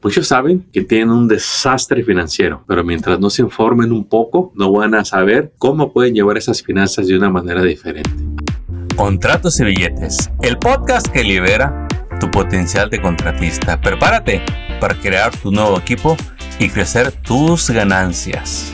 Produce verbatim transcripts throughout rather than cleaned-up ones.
Muchos saben que tienen un desastre financiero, pero mientras no se informen un poco, no van a saber cómo pueden llevar esas finanzas de una manera diferente. Contratos y billetes, el podcast que libera tu potencial de contratista. Prepárate para crear tu nuevo equipo y crecer tus ganancias.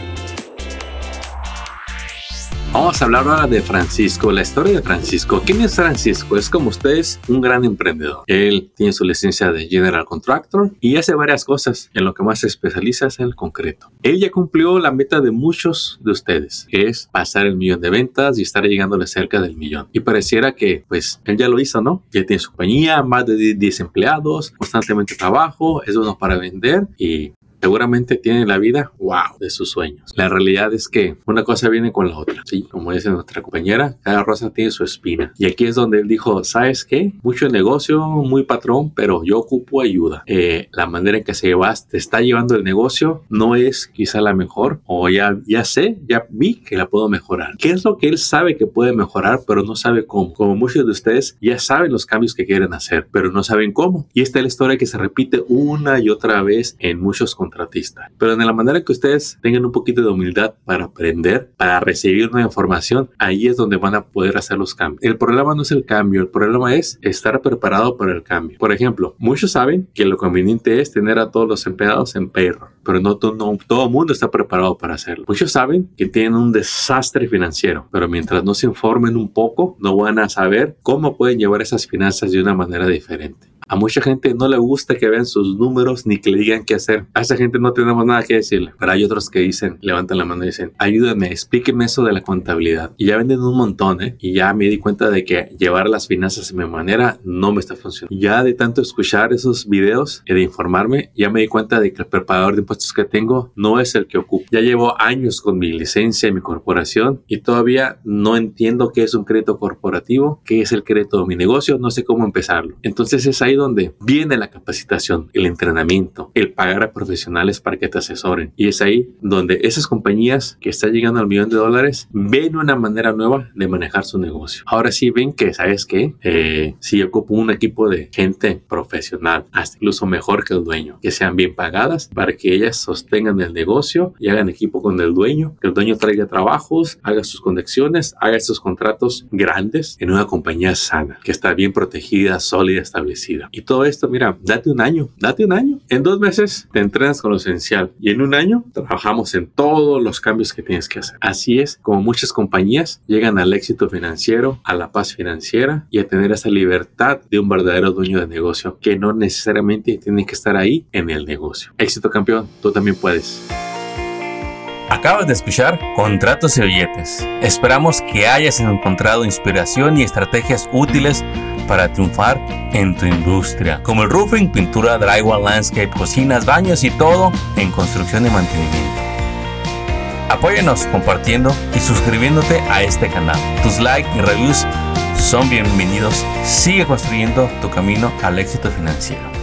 Vamos a hablar ahora de Francisco, la historia de Francisco. ¿Quién es Francisco? Es como ustedes, un gran emprendedor. Él tiene su licencia de General Contractor y hace varias cosas. En lo que más se especializa es en el concreto. Él ya cumplió la meta de muchos de ustedes, que es pasar el millón de ventas y estar llegándole cerca del millón. Y pareciera que, pues, él ya lo hizo, ¿no? Ya tiene su compañía, más de diez empleados, constantemente trabajo, es bueno para vender y seguramente tiene la vida, wow, de sus sueños. La realidad es que una cosa viene con la otra, ¿sí? Como dice nuestra compañera, cada rosa tiene su espina. Y aquí es donde él dijo, ¿sabes qué? Mucho negocio, muy patrón, pero yo ocupo ayuda. Eh, la manera en que se lleva, te está llevando el negocio no es quizá la mejor, o ya, ya sé, ya vi que la puedo mejorar. ¿Qué es lo que él sabe que puede mejorar, pero no sabe cómo? Como muchos de ustedes ya saben los cambios que quieren hacer, pero no saben cómo. Y esta es la historia que se repite una y otra vez en muchos contratistas. Pero en la manera que ustedes tengan un poquito de humildad para aprender, para recibir nueva información, ahí es donde van a poder hacer los cambios. El problema no es el cambio, el problema es estar preparado para el cambio. Por ejemplo, muchos saben que lo conveniente es tener a todos los empleados en payroll, pero no, no todo el mundo está preparado para hacerlo. Muchos saben que tienen un desastre financiero, pero mientras no se informen un poco, no van a saber cómo pueden llevar esas finanzas de una manera diferente. A mucha gente no le gusta que vean sus números ni que le digan qué hacer. A esa gente no tenemos nada que decirle. Pero hay otros que dicen, levantan la mano y dicen, ayúdame, explíqueme eso de la contabilidad. Y ya venden un montón, ¿eh? Y ya me di cuenta de que llevar las finanzas de mi manera no me está funcionando. Ya de tanto escuchar esos videos y de informarme, ya me di cuenta de que el preparador de impuestos que tengo no es el que ocupo. Ya llevo años con mi licencia y mi corporación y todavía no entiendo qué es un crédito corporativo, qué es el crédito de mi negocio, no sé cómo empezarlo. Entonces es ahí donde viene la capacitación, el entrenamiento, el pagar a profesionales para que te asesoren. Y es ahí donde esas compañías que están llegando al millón de dólares ven una manera nueva de manejar su negocio. Ahora sí ven que, ¿sabes qué? Eh, si ocupo un equipo de gente profesional, hasta incluso mejor que el dueño, que sean bien pagadas para que ellas sostengan el negocio y hagan equipo con el dueño, que el dueño traiga trabajos, haga sus conexiones, haga sus contratos grandes en una compañía sana, que está bien protegida, sólida, establecida. Y todo esto, mira, date un año, date un año. En dos meses te entrenas con lo esencial y en un año trabajamos en todos los cambios que tienes que hacer. Así es como muchas compañías llegan al éxito financiero, a la paz financiera y a tener esa libertad de un verdadero dueño de negocio que no necesariamente tiene que estar ahí en el negocio. Éxito, campeón, tú también puedes. Acabas de escuchar Contratos y Billetes. Esperamos que hayas encontrado inspiración y estrategias útiles para triunfar en tu industria, como el roofing, pintura, drywall, landscape, cocinas, baños y todo en construcción y mantenimiento. Apóyanos compartiendo y suscribiéndote a este canal. Tus likes y reviews son bienvenidos. Sigue construyendo tu camino al éxito financiero.